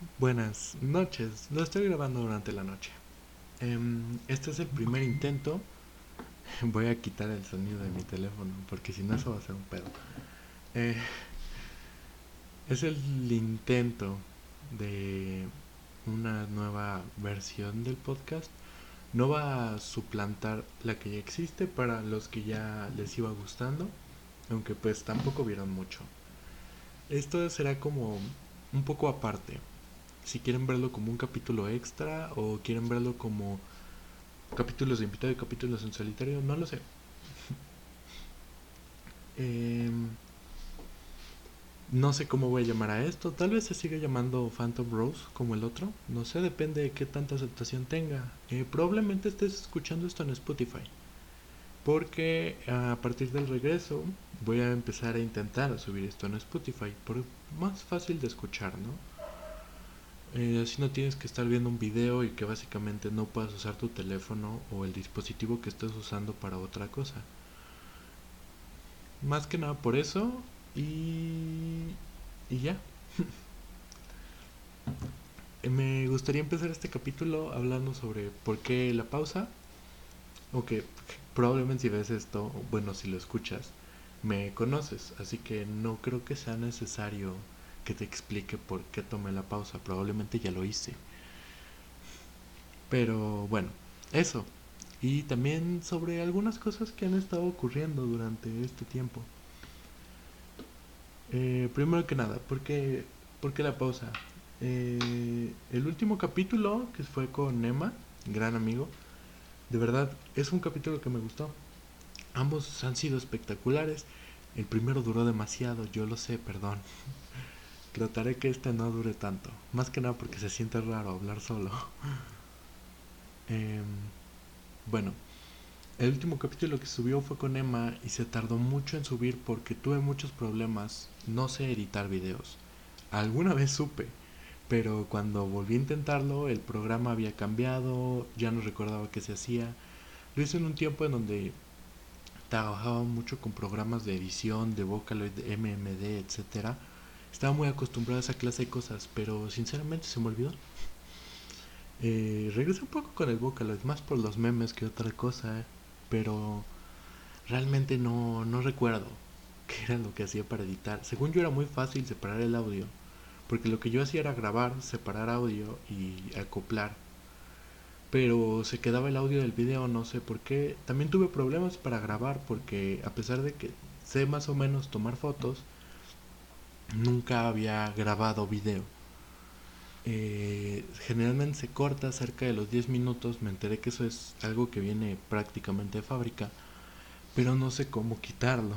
Buenas noches, lo estoy grabando durante la noche. Este es el primer intento. Voy a quitar el sonido de mi teléfono porque si no eso va a ser un pedo. Eh, es el intento de una nueva versión del podcast. No va a suplantar la que ya existe para los que ya les iba gustando, aunque pues tampoco vieron mucho. Esto será como un poco aparte. Si quieren verlo como un capítulo extra o quieren verlo como capítulos de invitado y capítulos en solitario, no lo sé. Eh, no sé cómo voy a llamar a esto. Tal vez se siga llamando Phantom Rose como el otro. No sé, depende de qué tanta aceptación tenga. Probablemente estés escuchando esto en Spotify. Porque a partir del regreso voy a empezar a intentar subir esto en Spotify. Por más fácil de escuchar, ¿no? Así no tienes que estar viendo un video y que básicamente no puedas usar tu teléfono o el dispositivo que estés usando para otra cosa. Más que nada por eso y ya. Me gustaría empezar este capítulo hablando sobre por qué la pausa. O que probablemente si ves esto, bueno, si lo escuchas, me conoces. Así que no creo que sea necesario que te explique por qué tomé la pausa. Probablemente ya lo hice. Pero bueno, eso. Y también sobre algunas cosas que han estado ocurriendo durante este tiempo. Primero que nada, por qué la pausa? El último capítulo, que fue con Emma, gran amigo, de verdad es un capítulo que me gustó. Ambos han sido espectaculares. El primero duró demasiado, yo lo sé, perdón. Trataré que este no dure tanto. Más que nada porque se siente raro hablar solo. Eh, bueno, el último capítulo que subió fue con Emma y se tardó mucho en subir porque tuve muchos problemas. No sé editar videos. Alguna vez supe, pero cuando volví a intentarlo el programa había cambiado, ya no recordaba qué se hacía. Lo hice en un tiempo en donde trabajaba mucho con programas de edición, de Vocaloid, de MMD, etcétera. Estaba muy acostumbrado a esa clase de cosas, pero sinceramente se me olvidó. Regresé un poco con el Vocaloid, más por los memes que otra cosa, pero realmente no recuerdo qué era lo que hacía para editar. Según yo era muy fácil separar el audio, porque lo que yo hacía era grabar, separar audio y acoplar. Pero se quedaba el audio del video, no sé por qué. También tuve problemas para grabar porque a pesar de que sé más o menos tomar fotos, nunca había grabado video. Generalmente se corta cerca de los 10 minutos, me enteré que eso es algo que viene prácticamente de fábrica, pero no sé cómo quitarlo.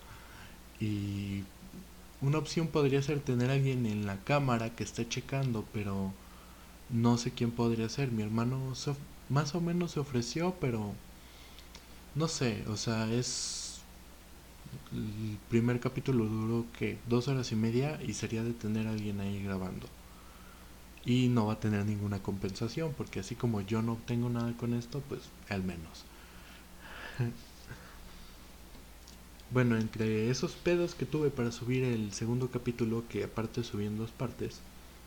Y una opción podría ser tener a alguien en la cámara que esté checando, pero no sé quién podría ser. Mi hermano más o menos se ofreció, pero no sé, o sea, es... El primer capítulo duró que 2 horas y media y sería de tener a alguien ahí grabando. Y no va a tener ninguna compensación, porque así como yo no obtengo nada con esto, pues al menos. Bueno, entre esos pedos que tuve para subir el segundo capítulo, que aparte subí en dos partes,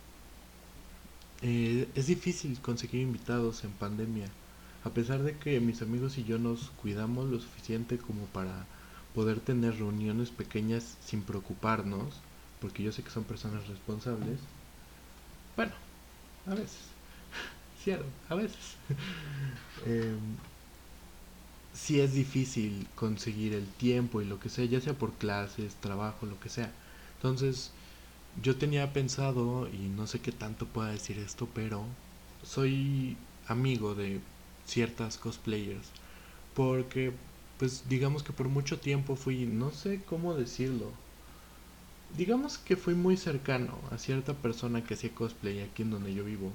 es difícil conseguir invitados en pandemia. A pesar de que mis amigos y yo nos cuidamos lo suficiente como para poder tener reuniones pequeñas sin preocuparnos, porque yo sé que son personas responsables. Bueno, a veces, cierto, a veces. Eh, sí es difícil conseguir el tiempo y lo que sea, ya sea por clases, trabajo, lo que sea. Entonces, yo tenía pensado, y no sé qué tanto pueda decir esto, pero soy amigo de ciertas cosplayers. Porque, pues digamos que por mucho tiempo fui, no sé cómo decirlo, digamos que fui muy cercano a cierta persona que hacía cosplay aquí en donde yo vivo.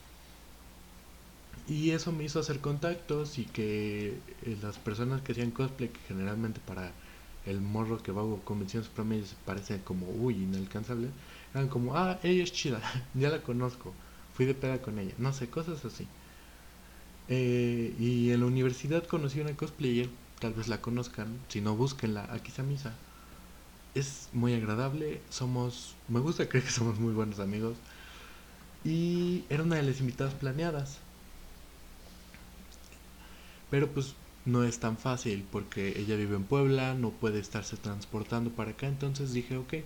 Y eso me hizo hacer contactos y que las personas que hacían cosplay, que generalmente para el morro que va a convenciones promedios parecen como, uy, inalcanzables, eran como, ah, ella es chida, ya la conozco, fui de peda con ella, no sé, cosas así. Y en la universidad conocí una cosplayer, tal vez la conozcan, si no búsquenla, aquí está Misa. Es muy agradable, somos, me gusta creer que somos muy buenos amigos. y era una de las invitadas planeadas. Pero pues no es tan fácil porque ella vive en Puebla, no puede estarse transportando para acá, entonces dije, ok,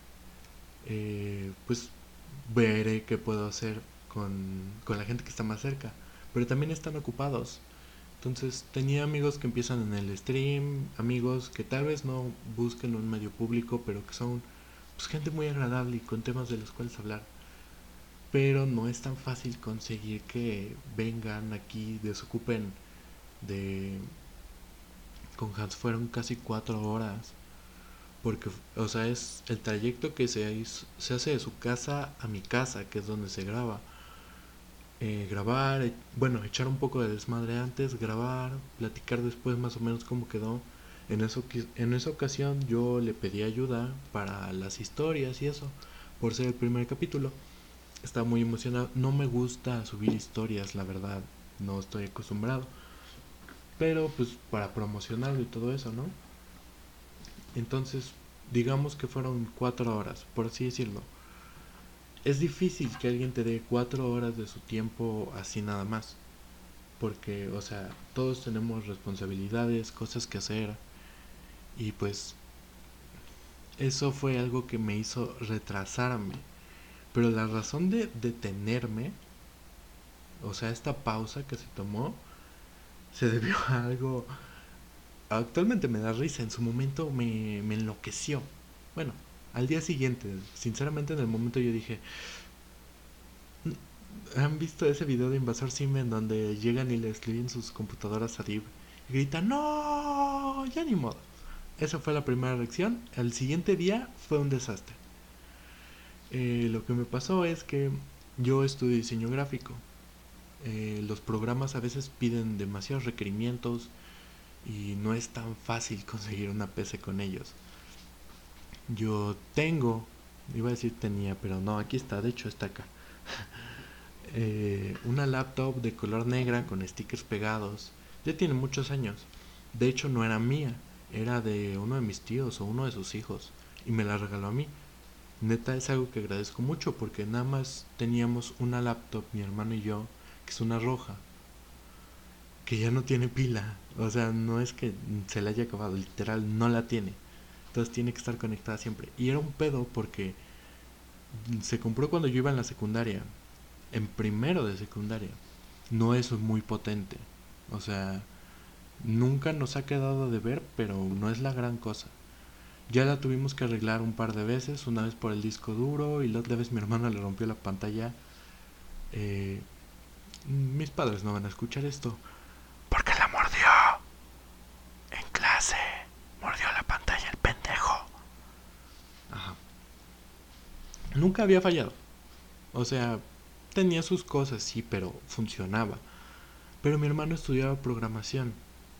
pues veré qué puedo hacer con la gente que está más cerca. Pero también están ocupados. Entonces tenía amigos que empiezan en el stream, amigos que tal vez no busquen un medio público, pero que son pues, gente muy agradable y con temas de los cuales hablar. Pero no es tan fácil conseguir que vengan aquí, desocupen de... Con Hans fueron casi 4 horas. Porque, o sea, es el trayecto que se hace de su casa a mi casa, que es donde se graba. Grabar, bueno, echar un poco de desmadre antes, grabar, platicar después más o menos cómo quedó. En esa ocasión yo le pedí ayuda para las historias y eso, por ser el primer capítulo. Estaba muy emocionado. No me gusta subir historias, la verdad, no estoy acostumbrado. Pero pues para promocionarlo y todo eso, ¿no? Entonces, digamos que fueron 4 horas, por así decirlo. Es difícil que alguien te dé 4 horas de su tiempo así nada más. Porque, o sea, todos tenemos responsabilidades, cosas que hacer. Y pues eso fue algo que me hizo retrasarme. Pero la razón de detenerme, o sea, esta pausa que se tomó, se debió a algo... Actualmente me da risa, en su momento me enloqueció. Bueno, al día siguiente, sinceramente en el momento yo dije, ¿han visto ese video de Invasor Sim en donde llegan y le escriben sus computadoras a Div y gritan, no, ya ni modo? Esa fue la primera reacción. El siguiente día fue un desastre. Lo que me pasó es que yo estudio diseño gráfico. Los programas a veces piden demasiados requerimientos y no es tan fácil conseguir una PC con ellos. Yo tengo, iba a decir tenía, pero no, aquí está, de hecho está acá. Una laptop de color negra con stickers pegados. Ya tiene muchos años. De hecho no era mía, era de uno de mis tíos o uno de sus hijos. Y me la regaló a mí. Neta es algo que agradezco mucho porque nada más teníamos una laptop, mi hermano y yo, que es una roja, que ya no tiene pila. O sea, no es que se la haya acabado, literal no la tiene. Entonces tiene que estar conectada siempre. Y era un pedo porque se compró cuando yo iba en la secundaria, en primero de secundaria. No es muy potente. O sea, nunca nos ha quedado de ver, pero no es la gran cosa. Ya la tuvimos que arreglar un par de veces, una vez por el disco duro y la otra vez mi hermano le rompió la pantalla. Eh, Mis padres no van a escuchar esto. Porque la mordió en clase. Mordió la pantalla el pendejo. Ajá. Nunca había fallado. O sea, tenía sus cosas, sí, pero funcionaba. Pero mi hermano estudiaba programación.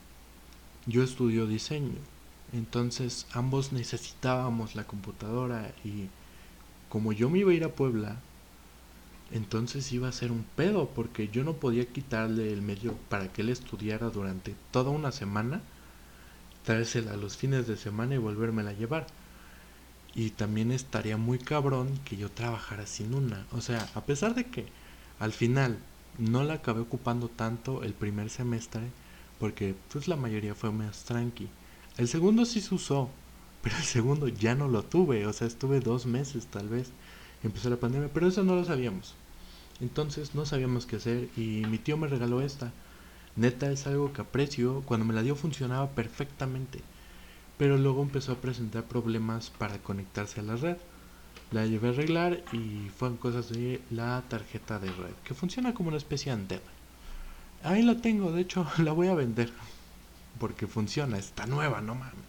Yo estudio diseño. Entonces ambos necesitábamos la computadora y como yo me iba a ir a Puebla, entonces iba a ser un pedo porque yo no podía quitarle el medio para que él estudiara durante toda una semana, traérsela a los fines de semana y volvérmela a llevar. Y también estaría muy cabrón que yo trabajara sin una. O sea, a pesar de que al final no la acabé ocupando tanto el primer semestre, porque pues la mayoría fue más tranqui. El segundo sí se usó, pero el segundo ya no lo tuve. O sea, estuve 2 meses tal vez. Empezó la pandemia, pero eso no lo sabíamos. Entonces no sabíamos qué hacer y mi tío me regaló esta. Neta es algo que aprecio. Cuando me la dio funcionaba perfectamente, pero luego empezó a presentar problemas para conectarse a la red. La llevé a arreglar y fueron cosas de la tarjeta de red, que funciona como una especie de antena. Ahí la tengo, de hecho la voy a vender, porque funciona, está nueva, no mames.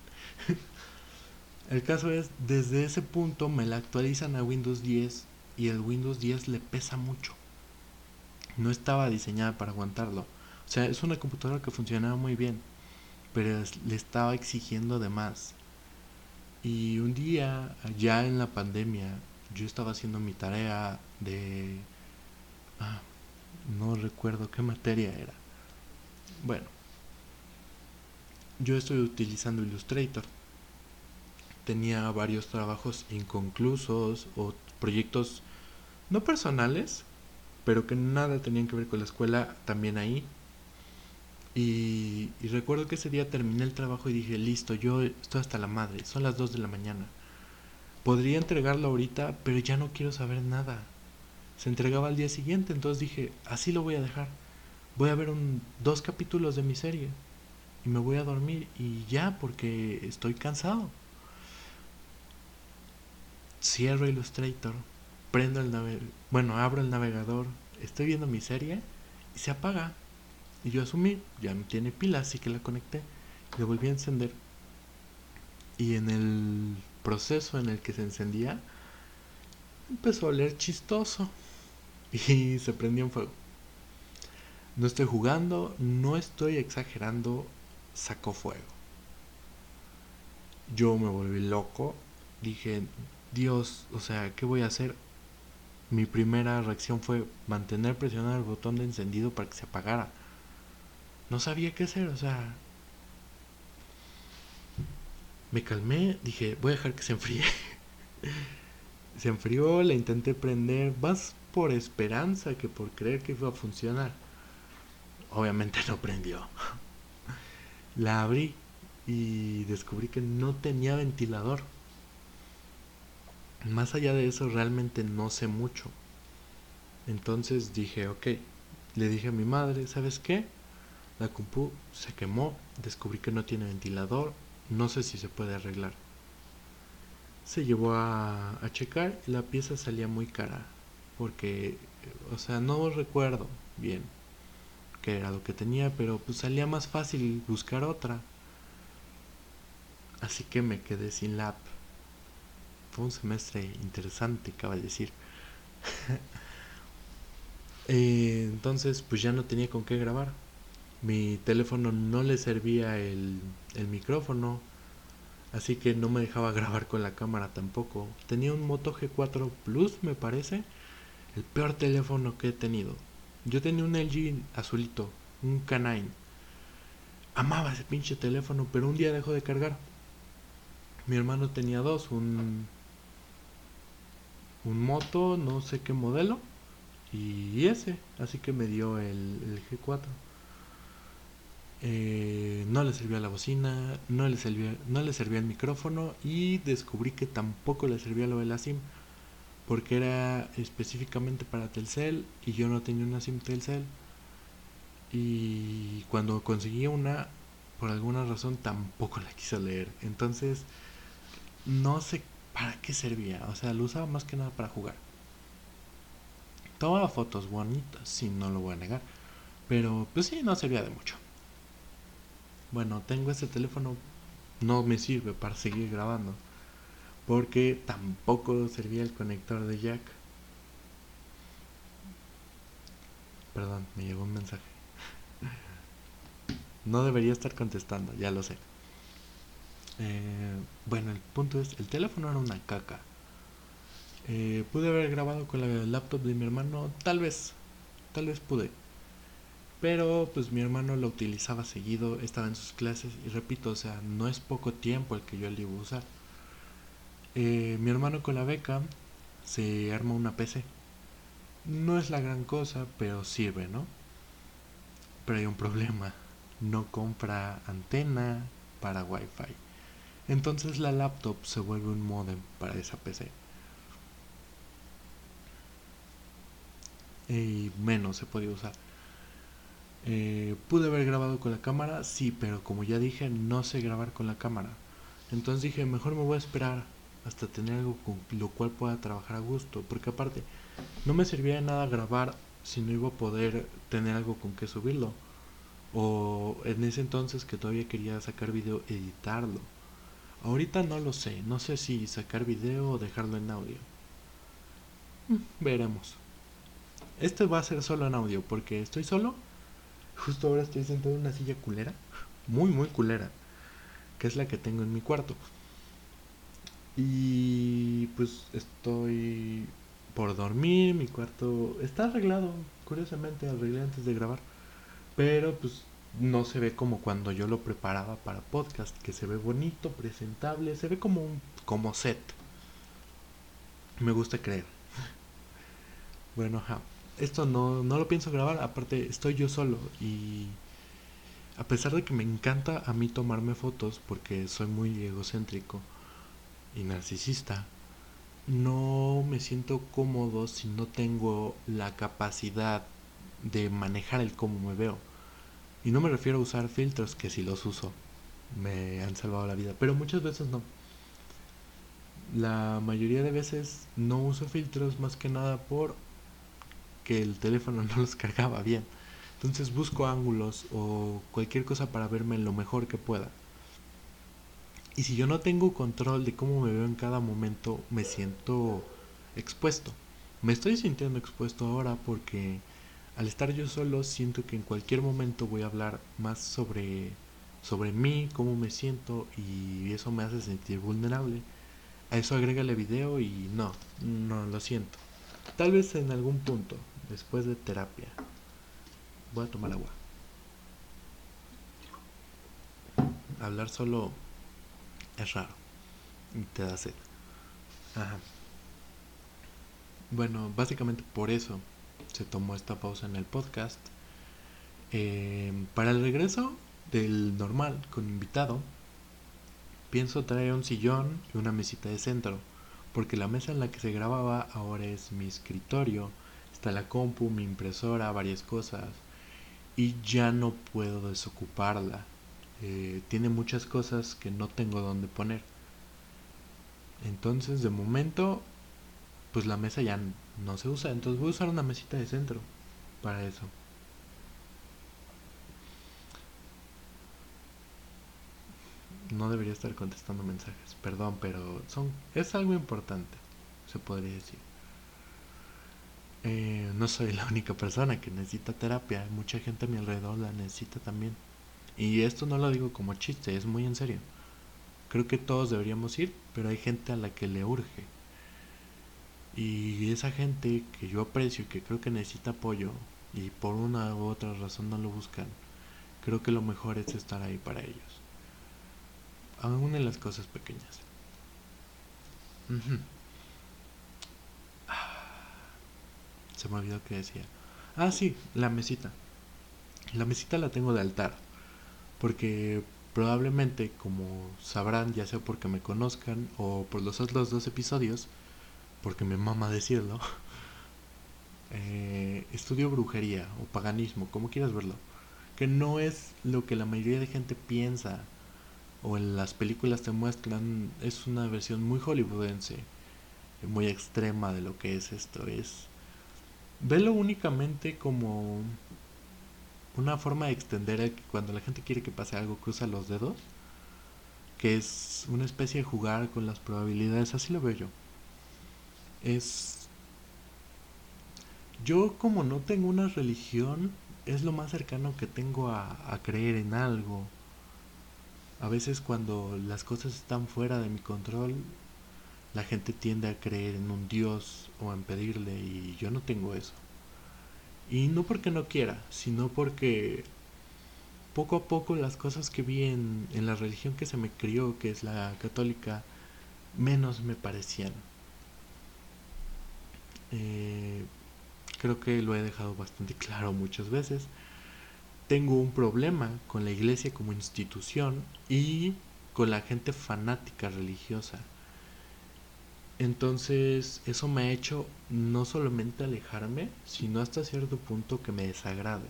El caso es, desde ese punto me la actualizan a Windows 10 y el Windows 10 le pesa mucho. No estaba diseñada para aguantarlo. O sea, es una computadora que funcionaba muy bien, pero le estaba exigiendo de más. Y un día, ya en la pandemia, yo estaba haciendo mi tarea de... Ah, no recuerdo qué materia era. Bueno, yo estoy utilizando Illustrator. Tenía varios trabajos inconclusos o proyectos no personales, pero que nada tenían que ver con la escuela también ahí. Y recuerdo que ese día terminé el trabajo y dije, listo, yo estoy hasta la madre, son las 2 de la mañana. Podría entregarlo ahorita, pero ya no quiero saber nada. Se entregaba al día siguiente, entonces dije, así lo voy a dejar. Voy a ver dos capítulos de mi serie y me voy a dormir y ya porque estoy cansado. Cierro Illustrator, bueno, abro el navegador, estoy viendo mi serie y se apaga. Y yo asumí, ya no tiene pila, así que la conecté y la volví a encender. Y en el proceso en el que se encendía, empezó a oler chistoso y se prendió en fuego. No estoy jugando, no estoy exagerando, sacó fuego. Yo me volví loco, dije, Dios, o sea, ¿qué voy a hacer? Mi primera reacción fue mantener presionado el botón de encendido para que se apagara. No sabía qué hacer, o sea, me calmé, dije, voy a dejar que se enfríe. Se enfrió, la intenté prender, más por esperanza que por creer que iba a funcionar. Obviamente no prendió. La abrí y descubrí que no tenía ventilador. Más allá de eso realmente no sé mucho. Entonces dije, ok, le dije a mi madre, ¿sabes qué? La compu se quemó, descubrí que no tiene ventilador, no sé si se puede arreglar. Se llevó a checar y la pieza salía muy cara, porque, o sea, no recuerdo bien qué era lo que tenía, pero pues salía más fácil buscar otra. Así que me quedé sin lap. Fue un semestre interesante, cabe decir. Entonces, pues ya no tenía con qué grabar. Mi teléfono no le servía el micrófono, así que no me dejaba grabar con la cámara tampoco. Tenía un Moto G4 Plus, me parece, el peor teléfono que he tenido. Yo tenía un LG azulito, un K9. Amaba ese pinche teléfono, pero un día dejó de cargar. Mi hermano tenía dos, un Moto, no sé qué modelo, y ese, así que me dio el G4. No le servía la bocina, no le servía el micrófono y descubrí que tampoco le servía lo de la SIM porque era específicamente para Telcel y yo no tenía una SIM Telcel y cuando conseguí una por alguna razón tampoco la quiso leer, entonces no sé para qué servía, o sea, lo usaba más que nada para jugar. Tomaba fotos bonitas, sí, no lo voy a negar, pero pues sí, no servía de mucho. Bueno, tengo este teléfono, no me sirve para seguir grabando porque tampoco servía el conector de jack. Perdón, me llegó un mensaje. No debería estar contestando, ya lo sé. Bueno, el punto es, el teléfono era una caca. ¿Pude haber grabado con la laptop de mi hermano? Tal vez pude. Pero pues mi hermano lo utilizaba seguido, estaba en sus clases y repito, o sea, no es poco tiempo el que yo le iba a usar. Mi hermano con la beca se arma una PC. No es la gran cosa, pero sirve, ¿no? Pero hay un problema. No compra antena para Wi-Fi. Entonces la laptop se vuelve un modem para esa PC. Y menos se podía usar. ¿Pude haber grabado con la cámara? Sí, pero como ya dije, no sé grabar con la cámara. Entonces dije, mejor me voy a esperar hasta tener algo con lo cual pueda trabajar a gusto. Porque aparte, no me servía de nada grabar si no iba a poder tener algo con que subirlo. O en ese entonces que todavía quería sacar video, editarlo. Ahorita no lo sé, no sé si sacar video o dejarlo en audio. Veremos. Este va a ser solo en audio porque estoy solo. Justo ahora estoy sentado en una silla culera, muy culera, que es la que tengo en mi cuarto. Y pues estoy por dormir, mi cuarto está arreglado, curiosamente arreglé antes de grabar, pero pues no se ve como cuando yo lo preparaba para podcast, que se ve bonito, presentable, se ve como set. Me gusta creer. Bueno, ajá. esto no lo pienso grabar, aparte estoy yo solo y a pesar de que me encanta a mí tomarme fotos porque soy muy egocéntrico y narcisista, no me siento cómodo si no tengo la capacidad de manejar el cómo me veo. Y no me refiero a usar filtros, que si los uso me han salvado la vida, pero muchas veces no. La mayoría de veces no uso filtros más que nada por que el teléfono no los cargaba bien. Entonces busco ángulos o cualquier cosa para verme lo mejor que pueda. Y si yo no tengo control de cómo me veo en cada momento, me siento expuesto. Me estoy sintiendo expuesto ahora porque al estar yo solo siento que en cualquier momento voy a hablar más sobre mí, cómo me siento y eso me hace sentir vulnerable. A eso agrégale video y no, lo siento. Tal vez en algún punto, después de terapia, voy a tomar agua. Hablar solo es raro y te da sed. Ajá. Bueno, básicamente por eso se tomó esta pausa en el podcast. Para el regreso del normal con invitado, pienso traer un sillón y una mesita de centro, porque la mesa en la que se grababa ahora es mi escritorio, está la compu, mi impresora, varias cosas, y ya no puedo desocuparla. Tiene muchas cosas que no tengo donde poner. Entonces, de momento, pues la mesa ya no se usa, entonces voy a usar una mesita de centro para eso. No debería estar contestando mensajes, perdón, pero es algo importante, se podría decir. No soy la única persona que necesita terapia, mucha gente a mi alrededor la necesita también. Y esto no lo digo como chiste, es muy en serio. Creo que todos deberíamos ir, pero hay gente a la que le urge. Y esa gente que yo aprecio y que creo que necesita apoyo y por una u otra razón no lo buscan, creo que lo mejor es estar ahí para ellos. Aún en las cosas pequeñas. Ujú. Se me olvidó que decía. Ah, sí, la mesita. La mesita la tengo de altar. Porque probablemente, como sabrán, ya sea porque me conozcan o por los otros dos episodios, porque me mama decirlo, estudio brujería o paganismo, como quieras verlo. Que no es lo que la mayoría de gente piensa o en las películas te muestran, es una versión muy hollywoodense, muy extrema de lo que es esto. Es velo únicamente como una forma de extender el que cuando la gente quiere que pase algo cruza los dedos, que es una especie de jugar con las probabilidades, así lo veo yo. Es yo como no tengo una religión, es lo más cercano que tengo a creer en algo. A veces cuando las cosas están fuera de mi control, la gente tiende a creer en un Dios o en pedirle y yo no tengo eso. Y no porque no quiera, sino porque poco a poco las cosas que vi en la religión que se me crió, que es la católica, menos me parecían. Eh, Creo que lo he dejado bastante claro muchas veces. Tengo un problema con la iglesia como institución y con la gente fanática religiosa. Entonces eso me ha hecho no solamente alejarme, sino hasta cierto punto que me desagrade.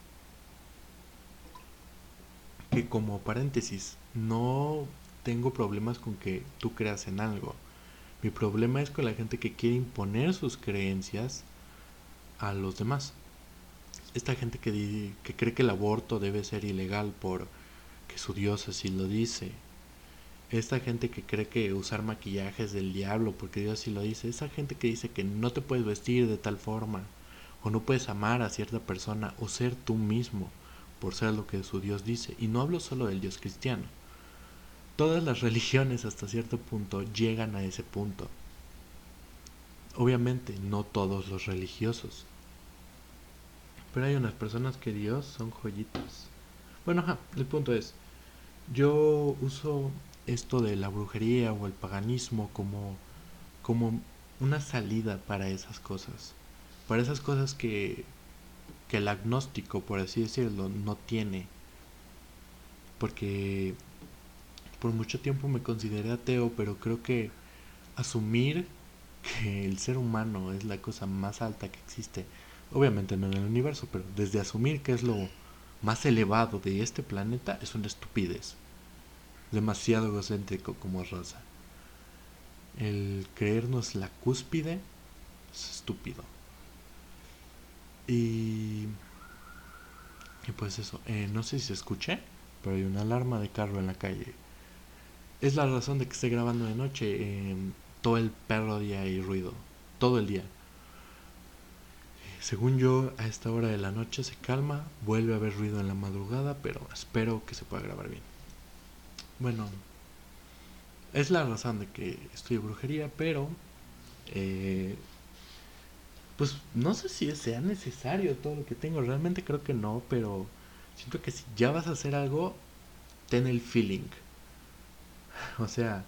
Que como paréntesis, no tengo problemas con que tú creas en algo. Mi problema es con la gente que quiere imponer sus creencias a los demás. Esta gente que cree que el aborto debe ser ilegal por que su Dios así lo dice. Esta gente que cree que usar maquillaje es del diablo porque Dios así lo dice. Esa gente que dice que no te puedes vestir de tal forma o no puedes amar a cierta persona o ser tú mismo por ser lo que su Dios dice. Y no hablo solo del Dios cristiano. Todas las religiones hasta cierto punto llegan a ese punto. Obviamente no todos los religiosos, pero hay unas personas que Dios son joyitas. Bueno, ajá, el punto es, yo uso esto de la brujería o el paganismo como una salida para esas cosas. para esas cosas que el agnóstico, por así decirlo, no tiene. Porque por mucho tiempo me consideré ateo, pero creo que asumir que el ser humano es la cosa más alta que existe, obviamente no en el universo, pero desde asumir que es lo más elevado de este planeta es una estupidez, demasiado egocéntrico como raza. El creernos la cúspide es estúpido. Y, y pues eso, no sé si se escuche, pero hay una alarma de carro en la calle. Es la razón de que esté grabando de noche. Todo el perro día hay ruido, todo el día. Según yo, a esta hora de la noche se calma, vuelve a haber ruido en la madrugada, pero espero que se pueda grabar bien. Bueno, es la razón de que estudio brujería, pero eh, pues no sé si sea necesario todo lo que tengo. Realmente creo que no, pero siento que si ya vas a hacer algo, ten el feeling. O sea,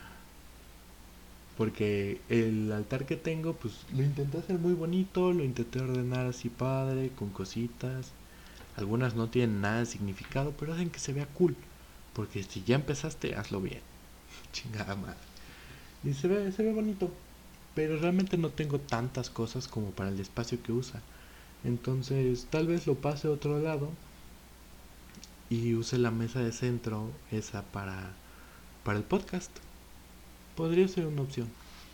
porque el altar que tengo, pues lo intenté hacer muy bonito, lo intenté ordenar así padre, con cositas. Algunas no tienen nada de significado, pero hacen que se vea cool. Porque si ya empezaste, hazlo bien. Chingada madre. Y se ve bonito. Pero realmente no tengo tantas cosas como para el espacio que usa. Entonces, tal vez lo pase a otro lado y use la mesa de centro esa para el podcast. Podría ser una opción.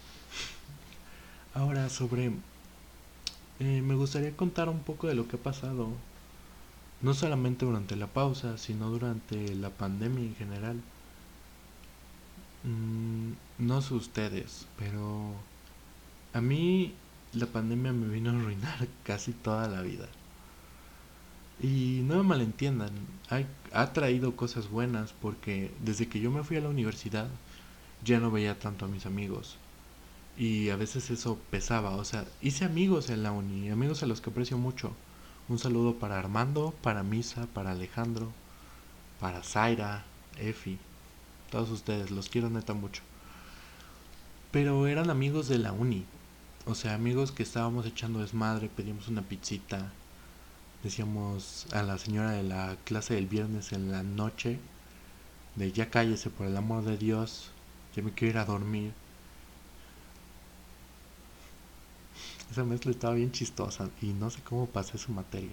Ahora, sobre... me gustaría contar un poco de lo que ha pasado. No solamente durante la pausa, sino durante la pandemia en general. No sé ustedes, pero a mí la pandemia me vino a arruinar casi toda la vida. Y no me malentiendan, ha traído cosas buenas porque desde que yo me fui a la universidad ya no veía tanto a mis amigos. Y a veces eso pesaba, o sea, hice amigos en la uni, amigos a los que aprecio mucho. Un saludo para Armando, para Misa, para Alejandro, para Zaira, Efi, todos ustedes, los quiero neta mucho. Pero eran amigos de la uni, o sea, amigos que estábamos echando desmadre, pedíamos una pizzita, decíamos a la señora de la clase del viernes en la noche, de ya cállese por el amor de Dios, ya me quiero ir a dormir. Esa mezcla estaba bien chistosa y no sé cómo pasé su materia.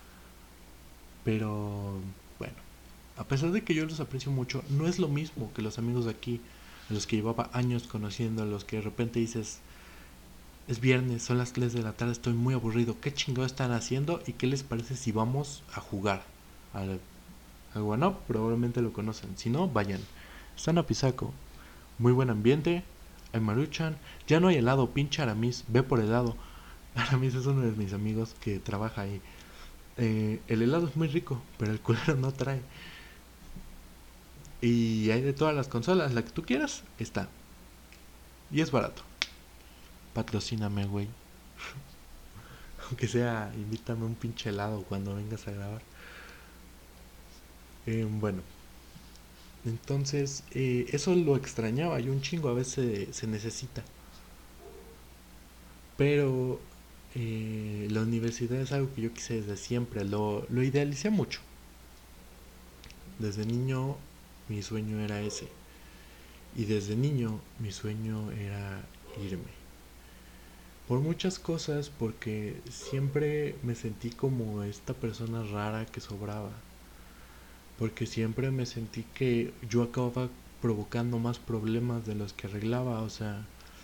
Pero bueno, a pesar de que yo los aprecio mucho, no es lo mismo que los amigos de aquí, a los que llevaba años conociendo, a los que de repente dices, es viernes, son las 3 de la tarde, estoy muy aburrido, ¿qué chingados están haciendo? ¿Y qué les parece si vamos a jugar? Al Guanop, probablemente lo conocen, si no, vayan. Están a Pisaco, muy buen ambiente, hay maruchan, ya no hay helado, pinche Aramis, ve por helado. Aramis es uno de mis amigos que trabaja ahí. El helado es muy rico, pero el culero no trae. Y hay de todas las consolas, la que tú quieras, está. Y es barato. Patrocíname, güey. Aunque sea, invítame un pinche helado cuando vengas a grabar. Bueno, entonces eso lo extrañaba yo un chingo, a veces se necesita. Pero la universidad es algo que yo quise desde siempre, lo idealicé mucho. Desde niño mi sueño era ese. Y desde niño mi sueño era irme. Por muchas cosas, porque siempre me sentí como esta persona rara que sobraba. Porque siempre me sentí que yo acababa provocando más problemas de los que arreglaba. O sea,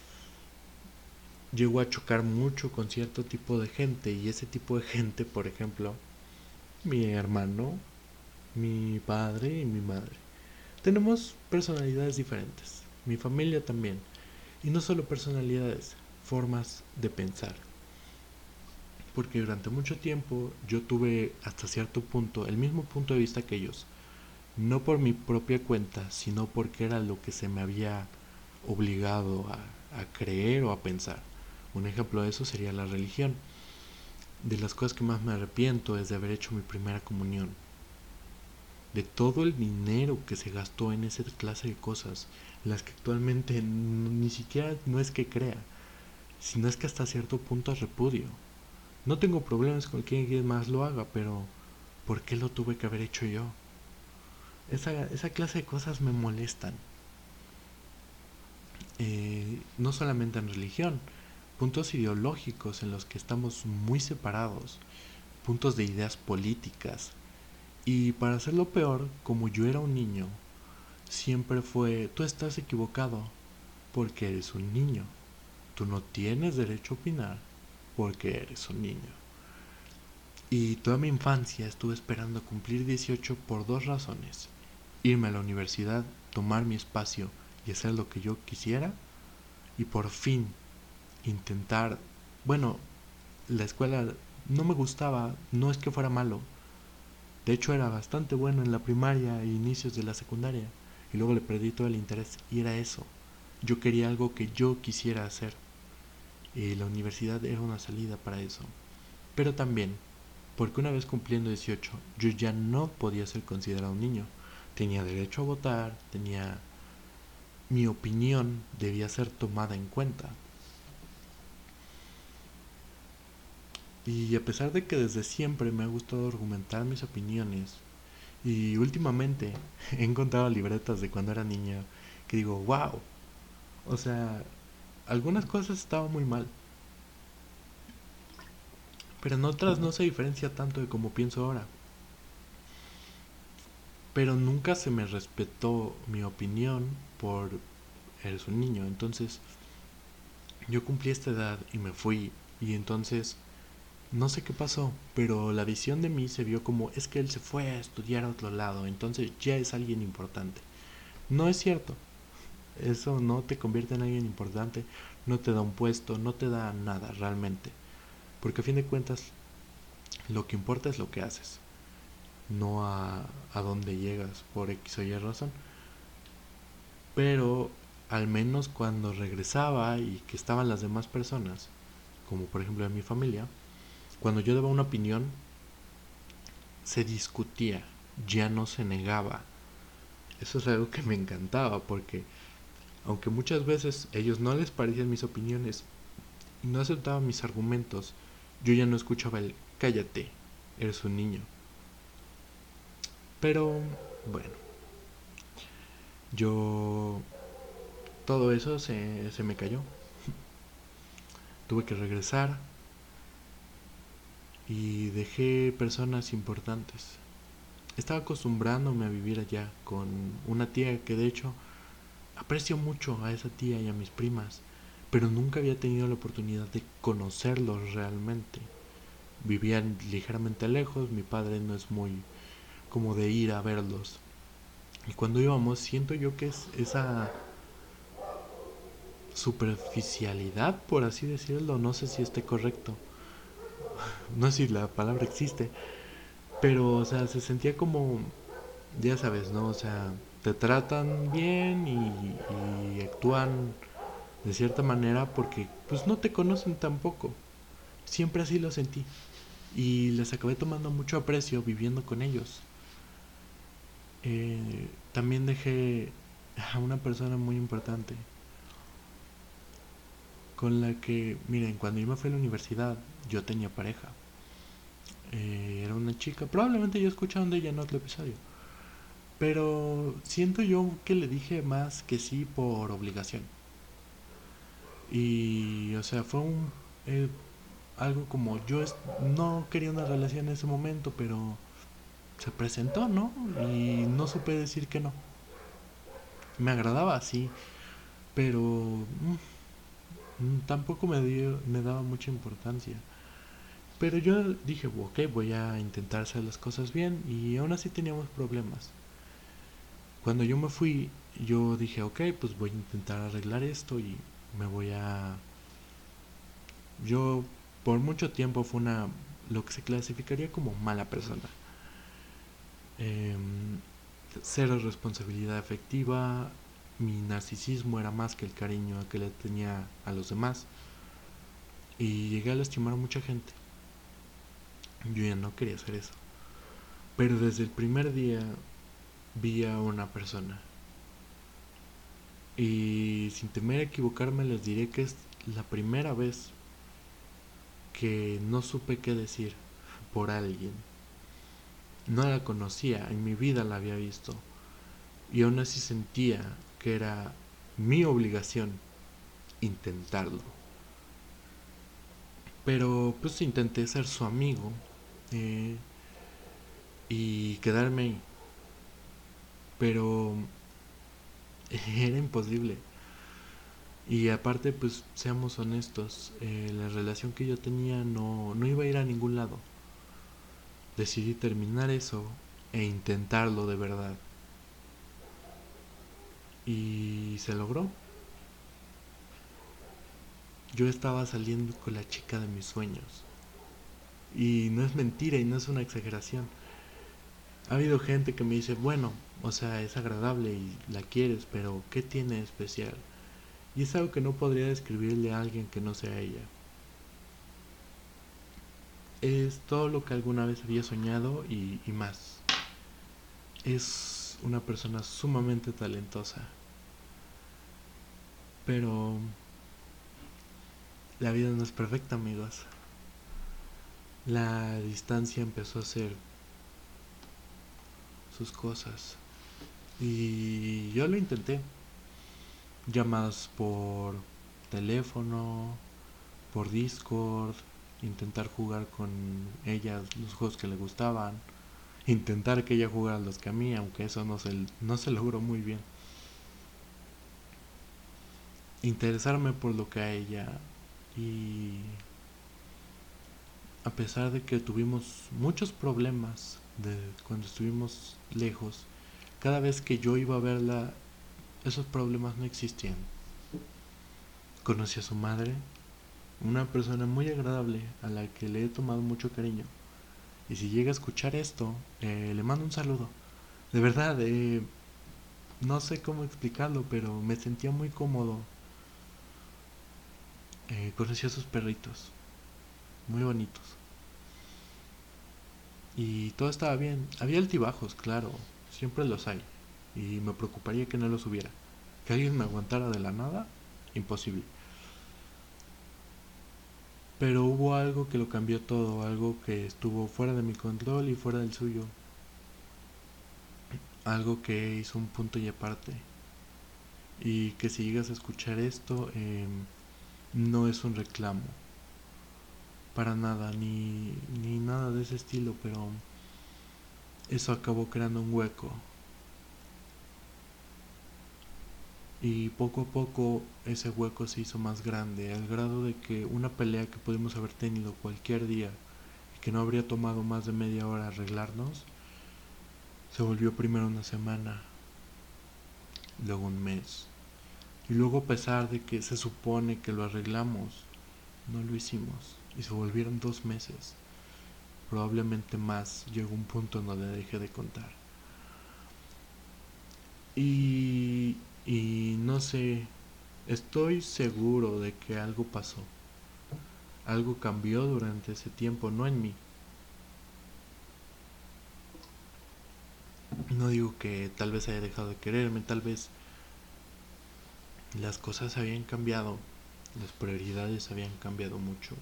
llego a chocar mucho con cierto tipo de gente. Y ese tipo de gente, por ejemplo, mi hermano, mi padre y mi madre. Tenemos personalidades diferentes. Mi familia también. Y no solo personalidades, formas de pensar. Porque durante mucho tiempo yo tuve hasta cierto punto el mismo punto de vista que ellos. No por mi propia cuenta, sino porque era lo que se me había obligado a creer o a pensar. Un ejemplo de eso sería la religión. De las cosas que más me arrepiento es de haber hecho mi primera comunión. De todo el dinero que se gastó en esa clase de cosas, las que actualmente ni siquiera no es que crea, sino es que hasta cierto punto repudio. No tengo problemas con que alguien más lo haga, pero ¿por qué lo tuve que haber hecho yo? Esa clase de cosas me molestan. No solamente en religión, puntos ideológicos en los que estamos muy separados, puntos de ideas políticas. Y para hacerlo peor, como yo era un niño, siempre fue, tú estás equivocado porque eres un niño. Tú no tienes derecho a opinar porque eres un niño. Y toda mi infancia estuve esperando cumplir 18 por dos razones. Irme a la universidad, tomar mi espacio y hacer lo que yo quisiera. Y por fin intentar, bueno, la escuela no me gustaba, no es que fuera malo. De hecho era bastante bueno en la primaria e inicios de la secundaria. Y luego le perdí todo el interés y era eso. Yo quería algo que yo quisiera hacer. Y la universidad era una salida para eso. Pero también, porque una vez cumpliendo 18, yo ya no podía ser considerado un niño. Tenía derecho a votar, tenía... Mi opinión debía ser tomada en cuenta. Y a pesar de que desde siempre me ha gustado argumentar mis opiniones, y últimamente he encontrado libretas de cuando era niña que digo, wow, o sea, algunas cosas estaban muy mal, pero en otras no se diferencia tanto de como pienso ahora. Pero nunca se me respetó mi opinión por eres un niño. Entonces yo cumplí esta edad y me fui. Y entonces no sé qué pasó, pero la visión de mí se vio como es que él se fue a estudiar a otro lado, entonces ya es alguien importante. No es cierto. Eso no te convierte en alguien importante, no te da un puesto, no te da nada realmente. Porque a fin de cuentas lo que importa es lo que haces, no a dónde llegas por X o Y razón. Pero al menos cuando regresaba y que estaban las demás personas, como por ejemplo en mi familia, cuando yo daba una opinión, se discutía, ya no se negaba. Eso es algo que me encantaba porque aunque muchas veces a ellos no les parecían mis opiniones y no aceptaban mis argumentos, yo ya no escuchaba el cállate, eres un niño. Pero bueno, yo todo eso se me cayó. Tuve que regresar y dejé personas importantes. Estaba acostumbrándome a vivir allá con una tía que de hecho aprecio mucho a esa tía y a mis primas, pero nunca había tenido la oportunidad de conocerlos realmente. Vivían ligeramente lejos, mi padre no es muy como de ir a verlos. Y cuando íbamos, siento yo que es esa superficialidad, por así decirlo, no sé si esté correcto, no sé si la palabra existe, pero o sea, se sentía como, ya sabes, ¿no? O sea, te tratan bien y actúan de cierta manera porque pues no te conocen tampoco. Siempre así lo sentí y les acabé tomando mucho aprecio viviendo con ellos. También dejé a una persona muy importante con la que, miren, cuando yo me fui a la universidad yo tenía pareja. Era una chica, probablemente yo escucharon de ella en otro episodio, pero siento yo que le dije más que sí por obligación. Y, o sea, fue eh, algo como no quería una relación en ese momento, pero se presentó, ¿no? Y no supe decir que no. Me agradaba, sí, pero tampoco me daba mucha importancia. Pero yo dije, ok, voy a intentar hacer las cosas bien y aún así teníamos problemas. Cuando yo me fui, yo dije, ok, pues voy a intentar arreglar esto y me voy a... Yo por mucho tiempo fue lo que se clasificaría como mala persona. Em, Cero responsabilidad afectiva, mi narcisismo era más que el cariño que le tenía a los demás y llegué a lastimar a mucha gente. Yo ya no quería hacer eso. Pero desde el primer día vi a una persona y sin temer a equivocarme les diré que es la primera vez que no supe qué decir por alguien. No la conocía, en mi vida la había visto, y aún así sentía que era mi obligación intentarlo. Pero pues intenté ser su amigo, eh, y quedarme ahí, pero era imposible. Y aparte, pues seamos honestos, la relación que yo tenía no iba a ir a ningún lado. Decidí terminar eso e intentarlo de verdad. Y se logró. Yo estaba saliendo con la chica de mis sueños. Y no es mentira y no es una exageración. Ha habido gente que me dice, bueno, o sea, es agradable y la quieres, pero ¿qué tiene de especial? Y es algo que no podría describirle a alguien que no sea ella. Es todo lo que alguna vez había soñado y más. Es una persona sumamente talentosa, pero la vida no es perfecta, amigos. La distancia empezó a hacer sus cosas y yo lo intenté. Llamadas por teléfono, por Discord, intentar jugar con ella los juegos que le gustaban, intentar que ella jugara los que a mí, aunque eso no se logró muy bien. Interesarme por lo que a ella, y a pesar de que tuvimos muchos problemas de cuando estuvimos lejos, cada vez que yo iba a verla, esos problemas no existían. Conocí a su madre, una persona muy agradable a la que le he tomado mucho cariño. Y si llega a escuchar esto, le mando un saludo. De verdad, no sé cómo explicarlo, pero me sentía muy cómodo. Conocí a sus perritos, muy bonitos. Y todo estaba bien. Había altibajos, claro, siempre los hay. Y me preocuparía que no los hubiera. Que alguien me aguantara de la nada, imposible. Pero hubo algo que lo cambió todo, algo que estuvo fuera de mi control y fuera del suyo. Algo que hizo un punto y aparte. Y que si llegas a escuchar esto, no es un reclamo. Para nada, ni nada de ese estilo, pero eso acabó creando un hueco. Y poco a poco ese hueco se hizo más grande, al grado de que una pelea que pudimos haber tenido cualquier día y que no habría tomado más de media hora arreglarnos, se volvió primero una semana, luego un mes. Y luego, a pesar de que se supone que lo arreglamos, no lo hicimos. Y se volvieron 2 meses. Probablemente más. Llegó un punto en donde dejé de contar. Y, y no sé, estoy seguro de que algo pasó. Algo cambió durante ese tiempo, no en mí. No digo que tal vez haya dejado de quererme, tal vez las cosas habían cambiado, las prioridades habían cambiado mucho.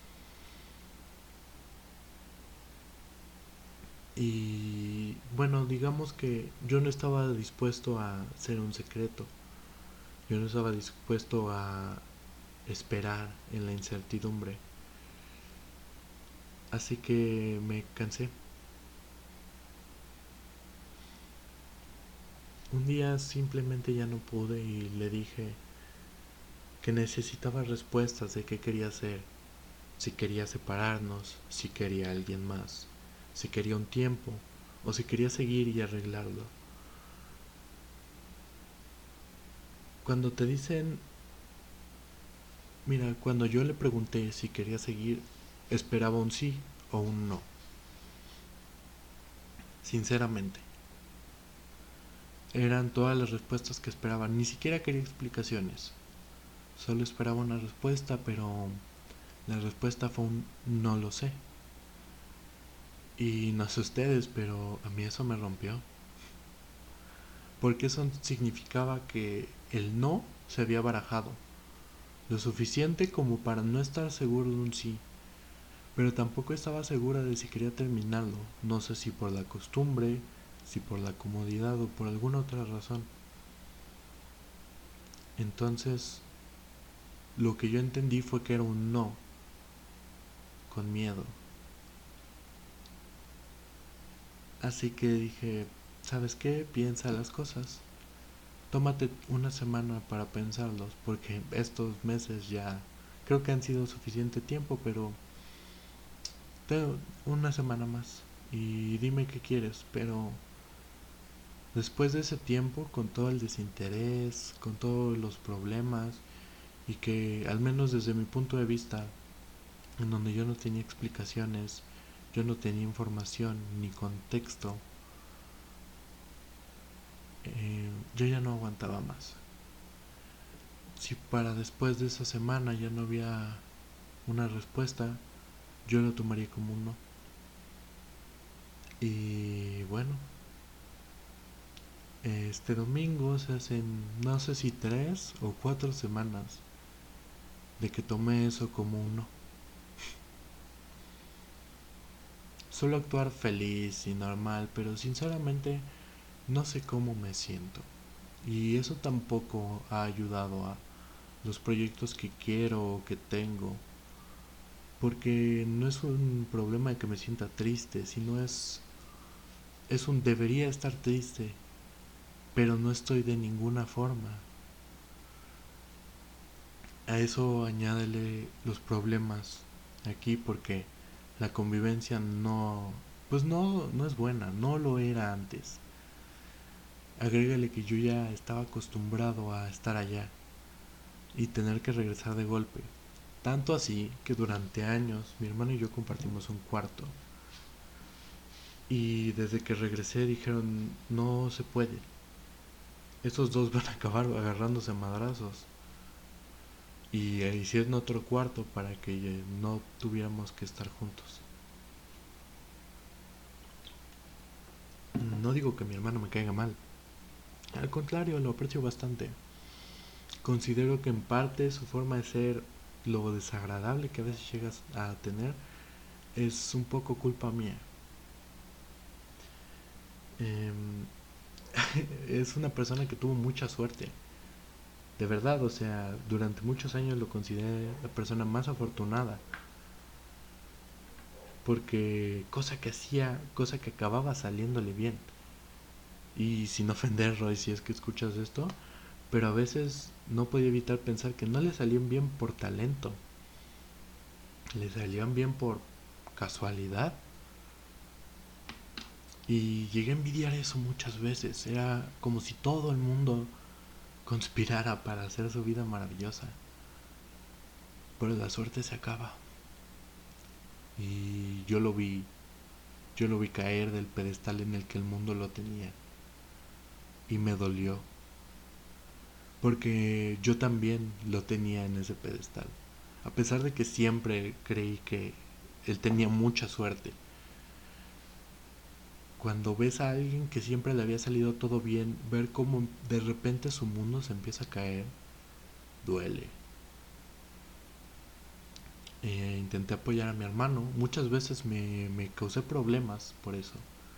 Y bueno, digamos que yo no estaba dispuesto a ser un secreto. Yo no estaba dispuesto a esperar en la incertidumbre. Así que me cansé. Un día simplemente ya no pude y le dije que necesitaba respuestas de qué quería hacer, si quería separarnos, si quería a alguien más, si quería un tiempo o si quería seguir y arreglarlo. Cuando te dicen, mira, cuando yo le pregunté si quería seguir, esperaba un sí o un no. Sinceramente, eran todas las respuestas que esperaba, ni siquiera quería explicaciones. Solo esperaba una respuesta, pero la respuesta fue un no lo sé. Y no sé ustedes, pero a mí eso me rompió. Porque eso significaba que el no se había barajado. Lo suficiente como para no estar seguro de un sí. pero tampoco estaba segura de si quería terminarlo. No sé si por la costumbre, si por la comodidad o por alguna otra razón. Entonces, lo que yo entendí fue que era un no, con miedo. Así que dije, ¿sabes qué? Piensa las cosas. Tómate una semana para pensarlos, porque estos meses ya creo que han sido suficiente tiempo, pero tengo una semana más y dime qué quieres. Pero después de ese tiempo, con todo el desinterés, con todos los problemas, y que al menos desde mi punto de vista, en donde yo no tenía explicaciones, yo no tenía información ni contexto, yo ya no aguantaba más. Si para después de esa semana ya no había una respuesta, yo lo tomaría como un no. Y bueno, este domingo se hacen no sé si 3 o 4 semanas de que tomé eso como un no. Suelo actuar feliz y normal, pero sinceramente no sé cómo me siento. Y eso tampoco ha ayudado a los proyectos que quiero o que tengo. Porque no es un problema de que me sienta triste, sino es un debería estar triste, pero no estoy de ninguna forma. A eso añádele los problemas aquí porque la convivencia no, pues no es buena, no lo era antes. Agrégale que yo ya estaba acostumbrado a estar allá y tener que regresar de golpe. Tanto así que durante años mi hermano y yo compartimos un cuarto. Y desde que regresé dijeron, no se puede. Estos dos van a acabar agarrándose a madrazos. Y hicieron otro cuarto para que no tuviéramos que estar juntos. No digo que mi hermano me caiga mal. Al contrario, lo aprecio bastante. Considero que en parte su forma de ser, lo desagradable que a veces llegas a tener, es un poco culpa mía. Eh, es una persona que tuvo mucha suerte. De verdad, o sea, durante muchos años lo consideré la persona más afortunada. Porque cosa que hacía, cosa que acababa saliéndole bien. Y sin ofender, Roy, si es que escuchas esto, pero a veces no podía evitar pensar que no le salían bien por talento, le salían bien por casualidad. Y llegué a envidiar eso muchas veces, era como si todo el mundo conspirara para hacer su vida maravillosa. Pero la suerte se acaba. Y yo lo vi caer del pedestal en el que el mundo lo tenía. Y me dolió, porque yo también lo tenía en ese pedestal. A pesar de que siempre creí que él tenía mucha suerte. Cuando ves a alguien que siempre le había salido todo bien, ver cómo de repente su mundo se empieza a caer, duele. Intenté apoyar a mi hermano, muchas veces me causé problemas por eso.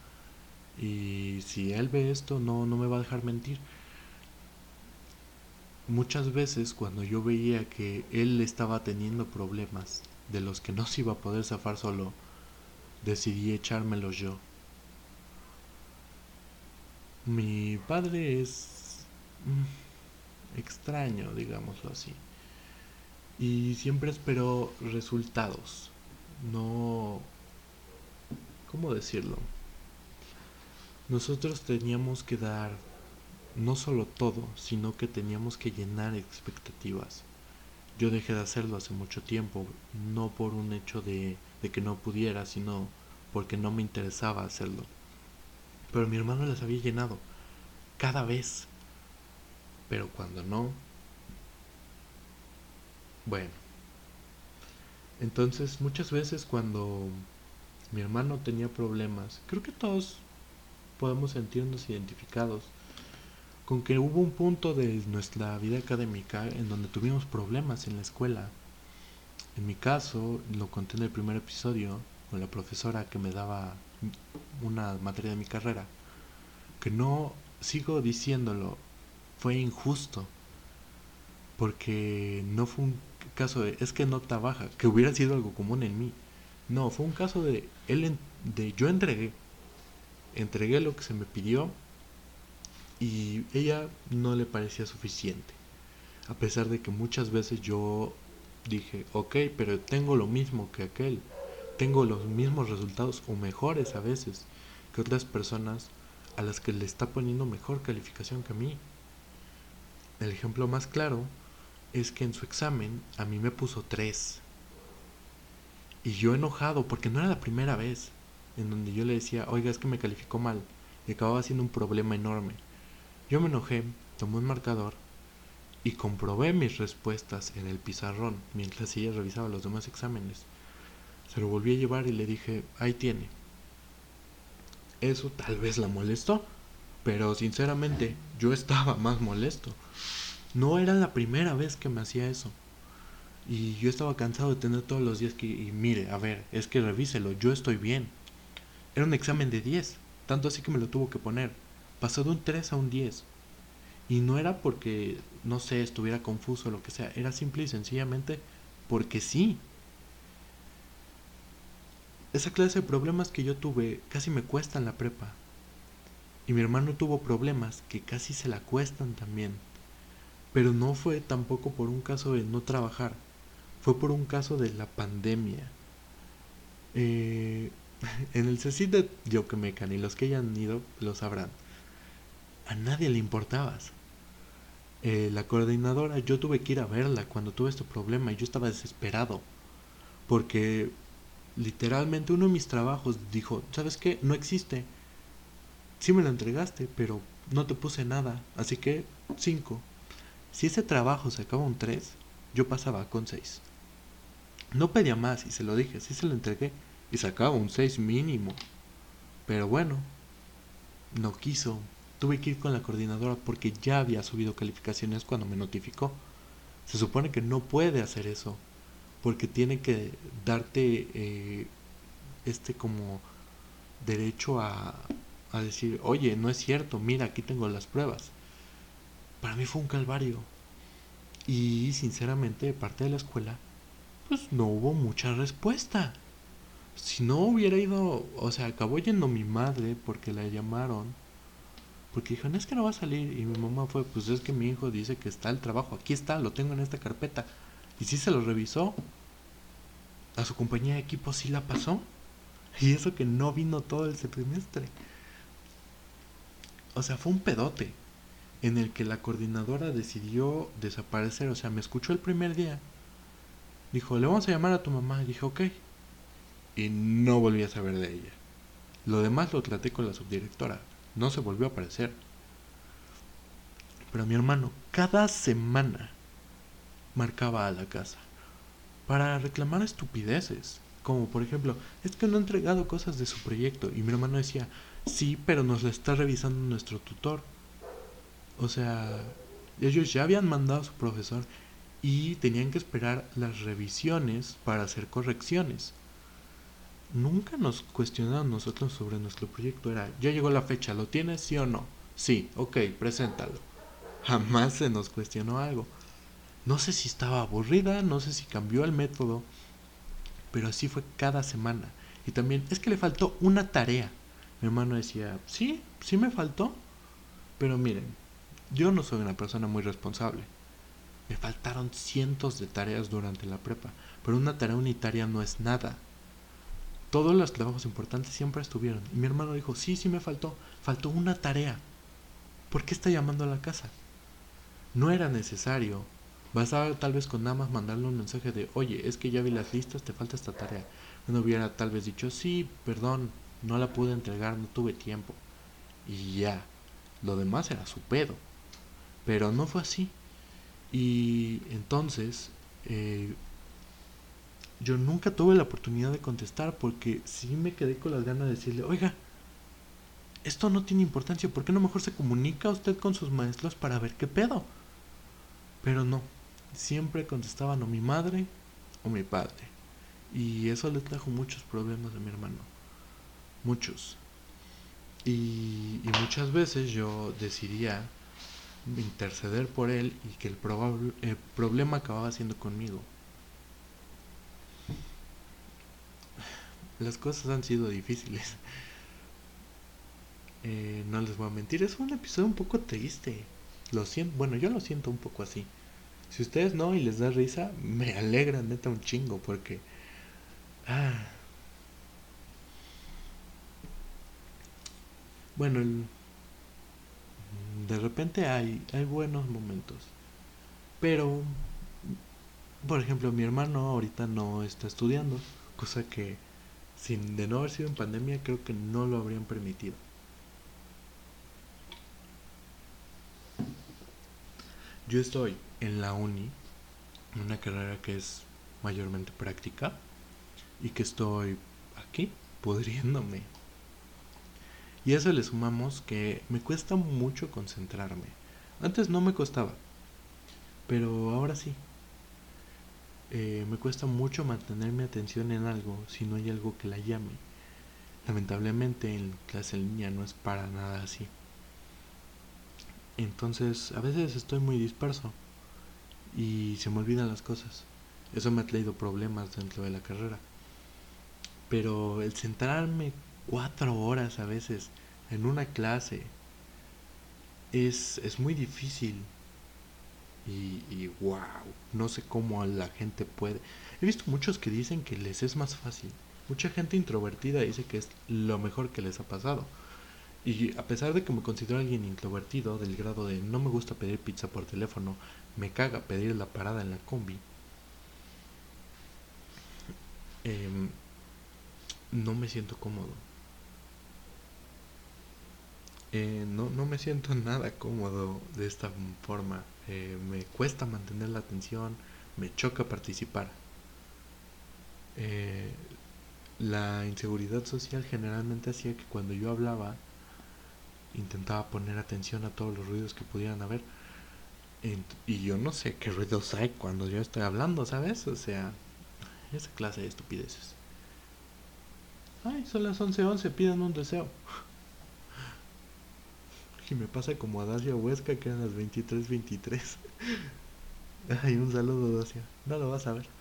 Y si él ve esto, no me va a dejar mentir. Muchas veces cuando yo veía que él estaba teniendo problemas de los que no se iba a poder zafar solo, decidí echármelos yo. Mi padre es extraño, digámoslo así. Y siempre esperó resultados. No... ¿Cómo decirlo? Nosotros teníamos que dar no solo todo, sino que teníamos que llenar expectativas. Yo dejé de hacerlo hace mucho tiempo, no por un hecho de que no pudiera, sino porque no me interesaba hacerlo. Pero mi hermano las había llenado, cada vez. Pero cuando no, bueno. Entonces muchas veces cuando mi hermano tenía problemas, creo que todos podemos sentirnos identificados con que hubo un punto de nuestra vida académica en donde tuvimos problemas en la escuela En mi caso, lo conté en el primer episodio con la profesora que me daba una materia de mi carrera, que no sigo diciéndolo, fue injusto, porque no fue un caso de es que nota baja, que hubiera sido algo común en mí. No, fue un caso de de yo entregué lo que se me pidió y ella no le parecía suficiente. A pesar de que muchas veces yo dije, ok, pero tengo lo mismo que aquel, tengo los mismos resultados o mejores a veces que otras personas a las que le está poniendo mejor calificación que a mí. El ejemplo más claro es que en su examen a mí me puso 3 y yo enojado porque no era la primera vez en donde yo le decía, oiga, es que me calificó mal y acababa siendo un problema enorme. Yo me enojé, tomé un marcador y comprobé mis respuestas en el pizarrón mientras ella revisaba los demás exámenes. Se lo volví a llevar y le dije, ahí tiene. Eso tal vez la molestó, pero sinceramente yo estaba más molesto. No era la primera vez que me hacía eso. Y yo estaba cansado de tener todos los días que, y mire, a ver, es que revíselo, yo estoy bien. Era un examen de 10, tanto así que me lo tuvo que poner. Pasó de un 3 a un 10. Y no era porque, no sé, estuviera confuso o lo que sea, era simple y sencillamente porque sí. Esa clase de problemas que yo tuve casi me cuestan la prepa. Y mi hermano tuvo problemas que casi se la cuestan también. Pero no fue tampoco por un caso de no trabajar, fue por un caso de la pandemia. Eh, en el CECIT de Yoquemecan, y los que hayan ido lo sabrán, a nadie le importabas. La coordinadora, yo tuve que ir a verla cuando tuve este problema y yo estaba desesperado porque literalmente uno de mis trabajos dijo, ¿sabes qué? No existe. Sí me lo entregaste, pero no te puse nada, así que 5. Si ese trabajo sacaba un 3, yo pasaba con 6. No pedía más y se lo dije, sí se lo entregué y sacaba un 6 mínimo. Pero bueno, no quiso. Tuve que ir con la coordinadora porque ya había subido calificaciones cuando me notificó. Se supone que no puede hacer eso porque tiene que darte como derecho a decir, oye, no es cierto, mira, aquí tengo las pruebas. Para mí fue un calvario. Y sinceramente, de parte de la escuela, pues no hubo mucha respuesta. Si no hubiera ido, o sea, acabó yendo mi madre porque la llamaron. Porque dijeron, es que no va a salir. Y mi mamá fue, pues es que mi hijo dice que está el trabajo. Aquí está, lo tengo en esta carpeta. Y sí se lo revisó. A su compañía de equipo sí la pasó. Y eso que no vino todo el semestre. O sea, fue un pedote en el que la coordinadora decidió desaparecer. O sea, me escuchó el primer día. Dijo, le vamos a llamar a tu mamá. Y dije, ok. Y no volví a saber de ella. Lo demás lo traté con la subdirectora. No se volvió a aparecer. Pero mi hermano, cada semana marcaba a la casa para reclamar estupideces. Como por ejemplo, es que no ha entregado cosas de su proyecto. Y mi hermano decía, sí, pero nos lo está revisando nuestro tutor. O sea, ellos ya habían mandado a su profesor y tenían que esperar las revisiones para hacer correcciones. Nunca nos cuestionaron nosotros sobre nuestro proyecto. Era, ya llegó la fecha, ¿lo tienes sí o no? Sí, ok, preséntalo. Jamás se nos cuestionó algo. No sé si estaba aburrida, no sé si cambió el método, pero así fue cada semana. Y también es que le faltó una tarea. Mi hermano decía, sí, sí me faltó, pero miren, yo no soy una persona muy responsable. Me faltaron cientos de tareas durante la prepa, pero una tarea unitaria no es nada. Todos los trabajos importantes siempre estuvieron. Y mi hermano dijo, sí, sí me faltó una tarea. ¿Por qué está llamando a la casa? No era necesario. Bastaba tal vez con nada más mandarle un mensaje de, oye, es que ya vi las listas, te falta esta tarea. Uno hubiera tal vez dicho, sí, perdón, no la pude entregar, no tuve tiempo. Y ya, lo demás era su pedo. Pero no fue así. Y entonces, yo nunca tuve la oportunidad de contestar porque sí me quedé con las ganas de decirle, oiga, esto no tiene importancia, ¿por qué no mejor se comunica usted con sus maestros para ver qué pedo? Pero no, siempre contestaban o mi madre o mi padre. Y eso le trajo muchos problemas a mi hermano. Muchos. Y muchas veces yo decidía interceder por él y que el problema acababa siendo conmigo. Las cosas han sido difíciles. No les voy a mentir, es un episodio un poco triste. Lo siento, bueno, yo lo siento un poco así. Si ustedes no y les da risa, me alegra neta un chingo porque... Ah, bueno, de repente hay buenos momentos. Pero, por ejemplo, mi hermano ahorita no está estudiando. Cosa que, sin de no haber sido en pandemia, creo que no lo habrían permitido. Yo estoy en la uni, una carrera que es mayormente práctica, y que estoy aquí, pudriéndome. Y a eso le sumamos que me cuesta mucho concentrarme. Antes no me costaba, pero ahora sí. Me cuesta mucho mantener mi atención en algo si no hay algo que la llame. Lamentablemente en clase en línea no es para nada así. Entonces a veces estoy muy disperso y se me olvidan las cosas. Eso me ha traído problemas dentro de la carrera. Pero el centrarme 4 horas a veces en una clase es muy difícil. Y wow, no sé cómo la gente puede. He visto muchos que dicen que les es más fácil. Mucha gente introvertida dice que es lo mejor que les ha pasado. Y a pesar de que me considero alguien introvertido, del grado de no me gusta pedir pizza por teléfono, me caga pedir la parada en la combi, eh, no me siento cómodo. No me siento nada cómodo de esta forma. Me cuesta mantener la atención, me choca participar. Eh, la inseguridad social generalmente hacía que cuando yo hablaba intentaba poner atención a todos los ruidos que pudieran haber. Y yo no sé qué ruidos hay cuando yo estoy hablando, ¿sabes? O sea, esa clase de estupideces. Ay, son las 11:11, pidan un deseo. Y me pasa como a Dacia Huesca que eran las 23:23. Ay, un saludo, Dacia. No lo vas a ver.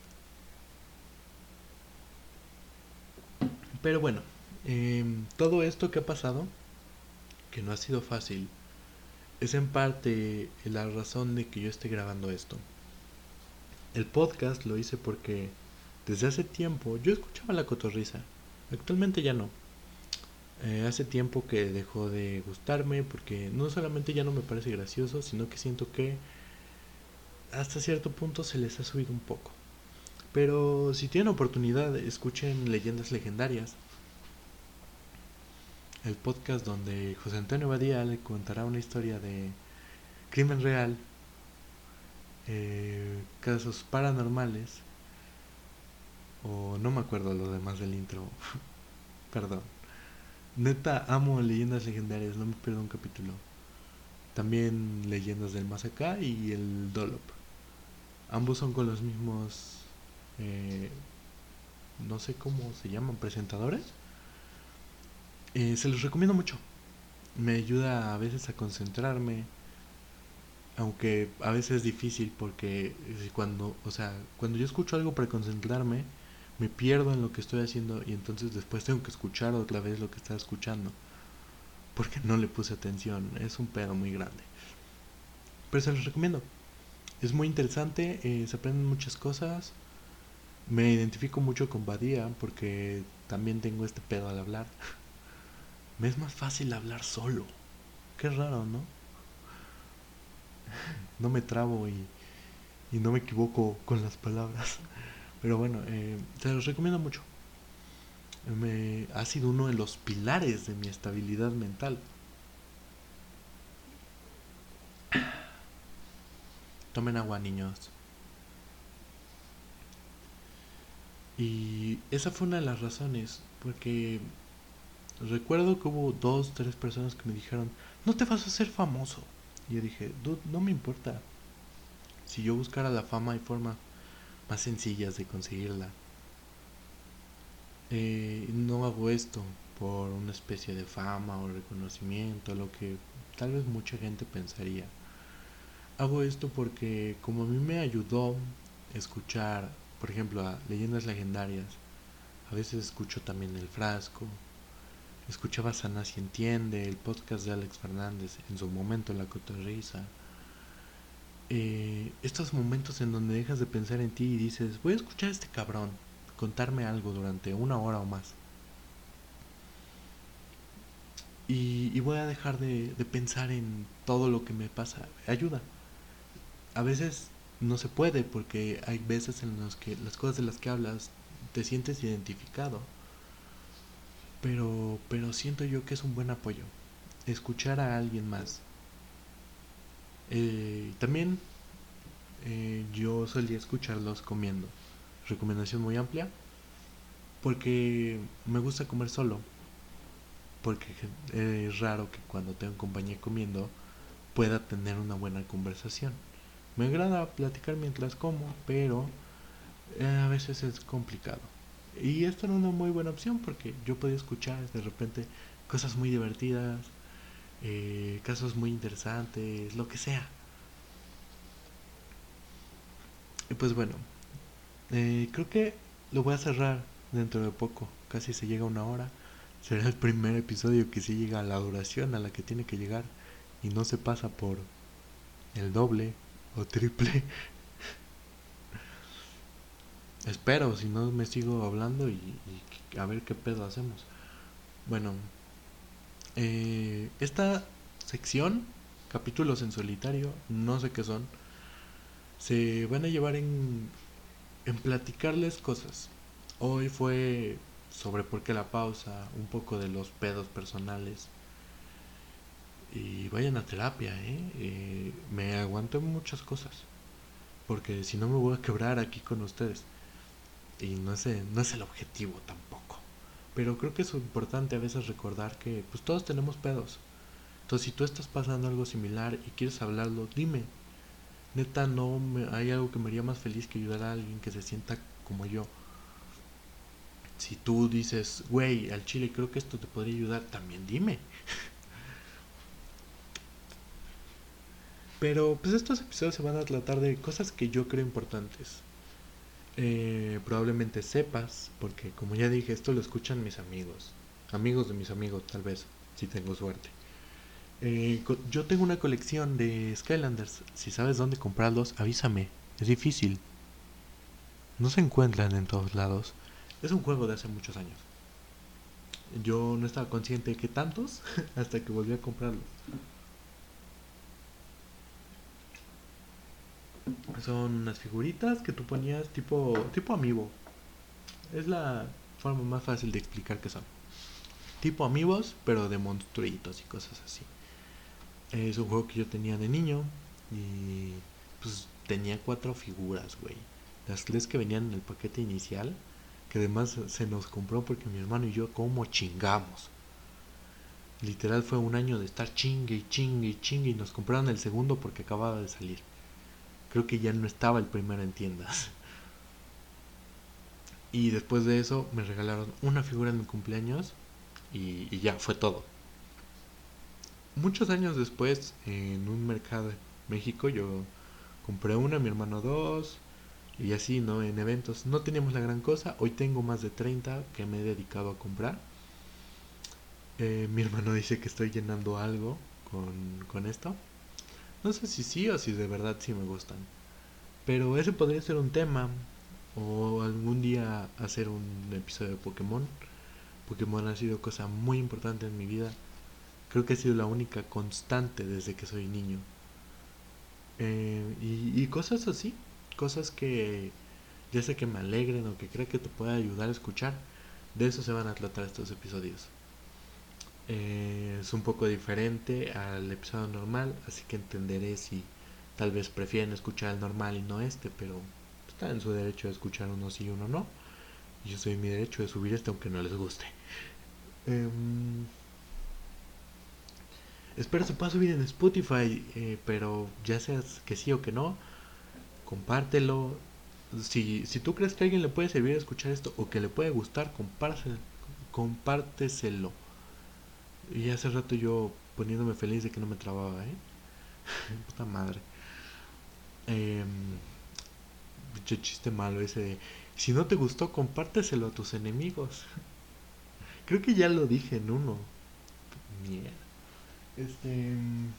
Pero bueno, todo esto que ha pasado, que no ha sido fácil, es en parte la razón de que yo esté grabando esto. El podcast lo hice porque desde hace tiempo yo escuchaba la cotorriza. Actualmente ya no. Hace tiempo que dejó de gustarme porque no solamente ya no me parece gracioso, sino que siento que hasta cierto punto se les ha subido un poco. Pero si tienen oportunidad, escuchen Leyendas Legendarias, el podcast donde José Antonio Badía le contará una historia de crimen real, casos paranormales, o no me acuerdo lo demás del intro, perdón. Neta, amo Leyendas Legendarias, no me pierdo un capítulo. También Leyendas del Más Acá y el Dolop. Ambos son con los mismos, eh, no sé cómo se llaman, presentadores. Se los recomiendo mucho. Me ayuda a veces a concentrarme, aunque a veces es difícil porque cuando yo escucho algo para concentrarme, me pierdo en lo que estoy haciendo y entonces después tengo que escuchar otra vez lo que estaba escuchando porque no le puse atención. Es un pedo muy grande. Pero se los recomiendo. Es muy interesante, se aprenden muchas cosas. Me identifico mucho con Badía porque también tengo este pedo al hablar. Me es más fácil hablar solo. Qué raro, ¿no? No me trabo y no me equivoco con las palabras. Pero bueno, se los recomiendo mucho. Ha sido uno de los pilares de mi estabilidad mental. Tomen agua, niños. Y esa fue una de las razones, porque recuerdo que hubo dos, tres personas que me dijeron, no te vas a hacer famoso. Y yo dije, dude, no me importa. Si yo buscara la fama y forma. más sencillas de conseguirla. No hago esto por una especie de fama o reconocimiento, lo que tal vez mucha gente pensaría. Hago esto porque como a mí me ayudó escuchar, por ejemplo, a leyendas legendarias, a veces escucho también El Frasco, escuchaba Sana si Entiende, el podcast de Alex Fernández, en su momento La Cotorrisa. Estos momentos en donde dejas de pensar en ti y dices, voy a escuchar a este cabrón contarme algo durante una hora o más. Y voy a dejar de pensar en todo lo que me pasa. Ayuda. A veces no se puede porque hay veces en las que las cosas de las que hablas te sientes identificado. Pero siento yo que es un buen apoyo. Escuchar a alguien más. También yo solía escucharlos comiendo. Recomendación muy amplia. Porque me gusta comer solo. Porque es raro que cuando tengo compañía comiendo pueda tener una buena conversación. Me agrada platicar mientras como, pero a veces es complicado. Y esta era una muy buena opción porque yo podía escuchar de repente cosas muy divertidas, casos muy interesantes, lo que sea. Y pues bueno, creo que lo voy a cerrar dentro de poco. Casi se llega a una hora. Será el primer episodio que sí llega a la duración a la que tiene que llegar y no se pasa por el doble o triple. Espero, si no me sigo hablando y a ver qué pedo hacemos. Bueno, esta sección, capítulos en solitario, no sé qué son, se van a llevar en platicarles cosas. Hoy fue sobre por qué la pausa, un poco de los pedos personales. Y vayan a terapia, me aguanto muchas cosas. Porque si no me voy a quebrar aquí con ustedes. Y no es el objetivo tampoco. Pero creo que es importante a veces recordar que pues todos tenemos pedos. Entonces si tú estás pasando algo similar y quieres hablarlo, dime. Neta, no me, hay algo que me haría más feliz que ayudar a alguien que se sienta como yo. Si tú dices, güey, al chile creo que esto te podría ayudar, también dime. Pero pues estos episodios se van a tratar de cosas que yo creo importantes. Probablemente sepas, porque como ya dije, esto lo escuchan mis amigos. Amigos de mis amigos, tal vez, si tengo suerte. Yo tengo una colección de Skylanders. Si sabes dónde comprarlos, avísame. Es difícil. No se encuentran en todos lados. Es un juego de hace muchos años. Yo no estaba consciente de que tantos hasta que volví a comprarlos. Son unas figuritas que tú ponías tipo amiibo. Es la forma más fácil de explicar qué son. Tipo amigos, pero de monstruitos y cosas así. Es un juego que yo tenía de niño y pues tenía cuatro figuras, güey. Las tres que venían en el paquete inicial, que además se nos compró porque mi hermano y yo como chingamos. Literal fue un año de estar chingue y chingue y chingue y nos compraron el segundo porque acababa de salir. Creo que ya no estaba el primero en tiendas. Y después de eso me regalaron una figura en mi cumpleaños y ya fue todo. Muchos años después, en un mercado en México, yo compré una, mi hermano dos, y así, ¿no? En eventos. No teníamos la gran cosa, hoy tengo más de 30 que me he dedicado a comprar. Mi hermano dice que estoy llenando algo con esto. No sé si sí o si de verdad sí me gustan. Pero ese podría ser un tema. O algún día hacer un episodio de Pokémon. Pokémon ha sido cosa muy importante en mi vida. Creo que ha sido la única constante desde que soy niño. Y cosas así. Cosas que ya sea que me alegren o que crea que te pueda ayudar a escuchar. De eso se van a tratar estos episodios. Es un poco diferente al episodio normal, así que entenderé si tal vez prefieren escuchar el normal y no este, pero está en su derecho de escuchar uno sí y uno no. Y yo soy en mi derecho de subir este aunque no les guste. Um, Espero se pueda subir en Spotify, pero ya seas que sí o que no, compártelo. Si tú crees que a alguien le puede servir escuchar esto o que le puede gustar, compárteselo. Y hace rato yo poniéndome feliz de que no me trababa, ¿eh? Puta madre. Eh, Pinche chiste malo ese de, si no te gustó, compárteselo a tus enemigos. Creo que ya lo dije en uno. Mierda. Este,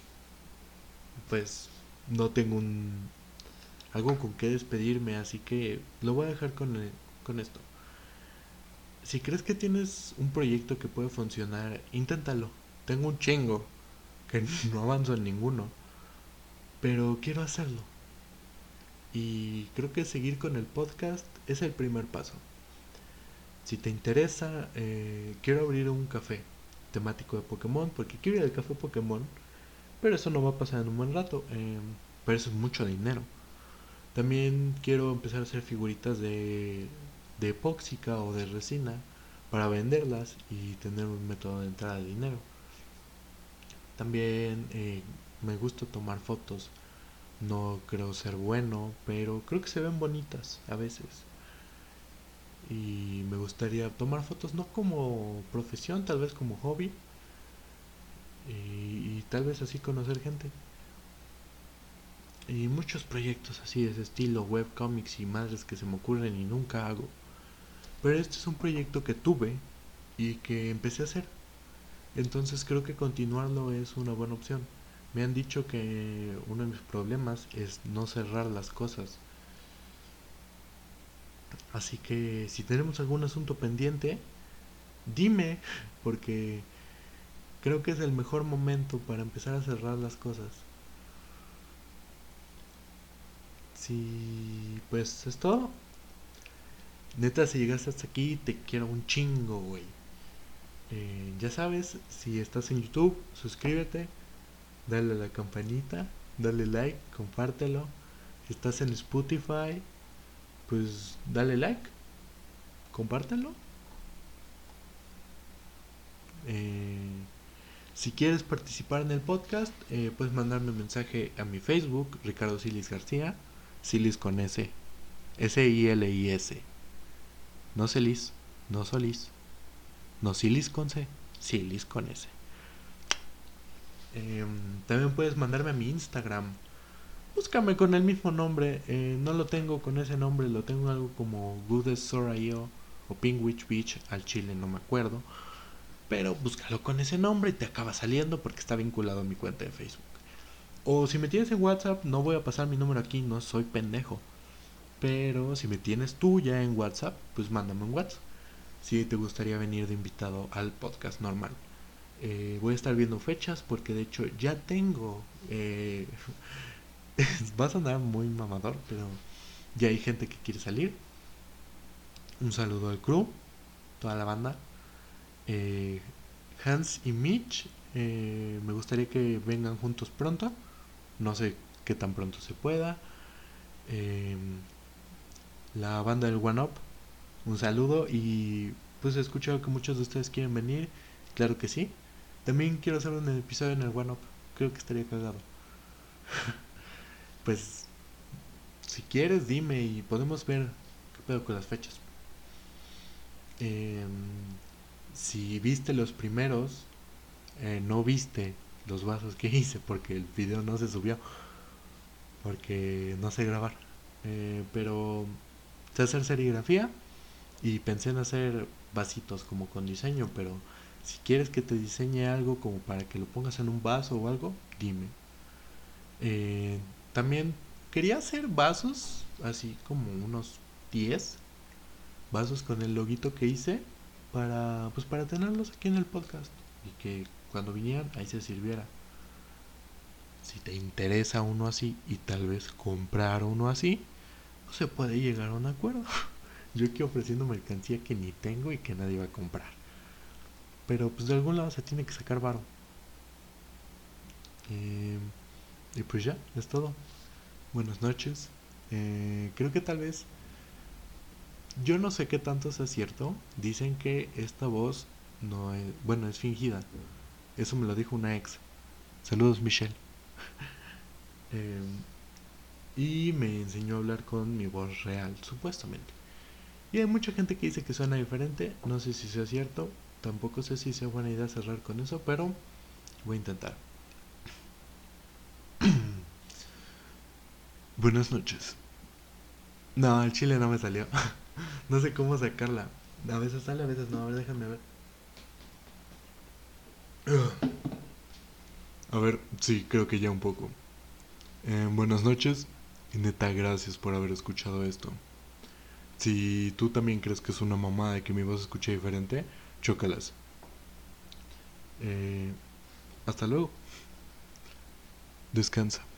pues no tengo algo con qué despedirme, así que lo voy a dejar con esto. Si crees que tienes un proyecto que puede funcionar, inténtalo. Tengo un chingo que no avanzo en ninguno, pero quiero hacerlo. Y creo que seguir con el podcast es el primer paso. Si te interesa, quiero abrir un café temático de Pokémon, porque quiero ir al café Pokémon, pero eso no va a pasar en un buen rato. Pero eso es mucho dinero. También quiero empezar a hacer figuritas de epóxica o de resina para venderlas y tener un método de entrada de dinero. También me gusta tomar fotos. No creo ser bueno, pero creo que se ven bonitas a veces. Y me gustaría tomar fotos no como profesión, tal vez como hobby. Y tal vez así conocer gente. Y muchos proyectos así de ese estilo, webcomics y madres que se me ocurren y nunca hago. Pero este es un proyecto que tuve y que empecé a hacer. Entonces creo que continuarlo es una buena opción. Me han dicho que uno de mis problemas es no cerrar las cosas. Así que si tenemos algún asunto pendiente, dime, porque creo que es el mejor momento para empezar a cerrar las cosas. Sí, pues es todo. Neta, si llegaste hasta aquí, te quiero un chingo, güey. Ya sabes, si estás en YouTube, suscríbete, dale a la campanita, dale like, compártelo. Si estás en Spotify, pues dale like, compártelo. Eh, si quieres participar en el podcast, puedes mandarme un mensaje a mi Facebook, Ricardo Silis García, Silis con S, Silis, no Celis, no Solís, no Silis con C, Silis con S. También puedes mandarme a mi Instagram. Búscame con el mismo nombre. No lo tengo con ese nombre, lo tengo algo como Goodest Sorayo o Pingwich Beach al chile, no me acuerdo. Pero búscalo con ese nombre y te acaba saliendo porque está vinculado a mi cuenta de Facebook. O si me tienes en WhatsApp, no voy a pasar mi número aquí, no soy pendejo. Pero si me tienes tú ya en WhatsApp, pues mándame un WhatsApp. Si te gustaría venir de invitado al podcast normal. Voy a estar viendo fechas porque de hecho ya tengo va a sonar muy mamador, pero ya hay gente que quiere salir. Un saludo al crew, toda la banda. Eh, Hans y Mitch, me gustaría que vengan juntos pronto. No sé qué tan pronto se pueda. Eh, la banda del One Up, un saludo. Y pues he escuchado que muchos de ustedes quieren venir. Claro que sí. También quiero hacer un episodio en el One Up. Creo que estaría cagado. Pues si quieres, dime y podemos ver qué pedo con las fechas. Eh, si viste los primeros, no viste los vasos que hice porque el video no se subió, porque no sé grabar. Pero sé hacer serigrafía y pensé en hacer vasitos como con diseño, pero si quieres que te diseñe algo como para que lo pongas en un vaso o algo, dime. También quería hacer vasos, así como unos 10 vasos con el loguito que hice para pues para tenerlos aquí en el podcast y que cuando vinieran ahí se sirviera. Si te interesa uno así y tal vez comprar uno así, pues se puede llegar a un acuerdo. Yo aquí ofreciendo mercancía que ni tengo y que nadie va a comprar. Pero pues de algún lado se tiene que sacar varo. Eh, y pues ya, es todo. Buenas noches. Creo que tal vez, yo no sé qué tanto sea cierto. Dicen que esta voz no es, bueno, es fingida. Eso me lo dijo una ex. Saludos, Michelle. Eh, y me enseñó a hablar con mi voz real, supuestamente. Y hay mucha gente que dice que suena diferente, no sé si sea cierto, tampoco sé si sea buena idea cerrar con eso, pero voy a intentar. Buenas noches. No, el chile no me salió. No sé cómo sacarla. A veces sale, a veces no. A ver, déjame ver. A ver, sí, creo que ya un poco. Buenas noches y neta, gracias por haber escuchado esto. Si tú también crees que es una mamada y que mi voz se escucha diferente, chócalas. Eh, Hasta luego. Descansa.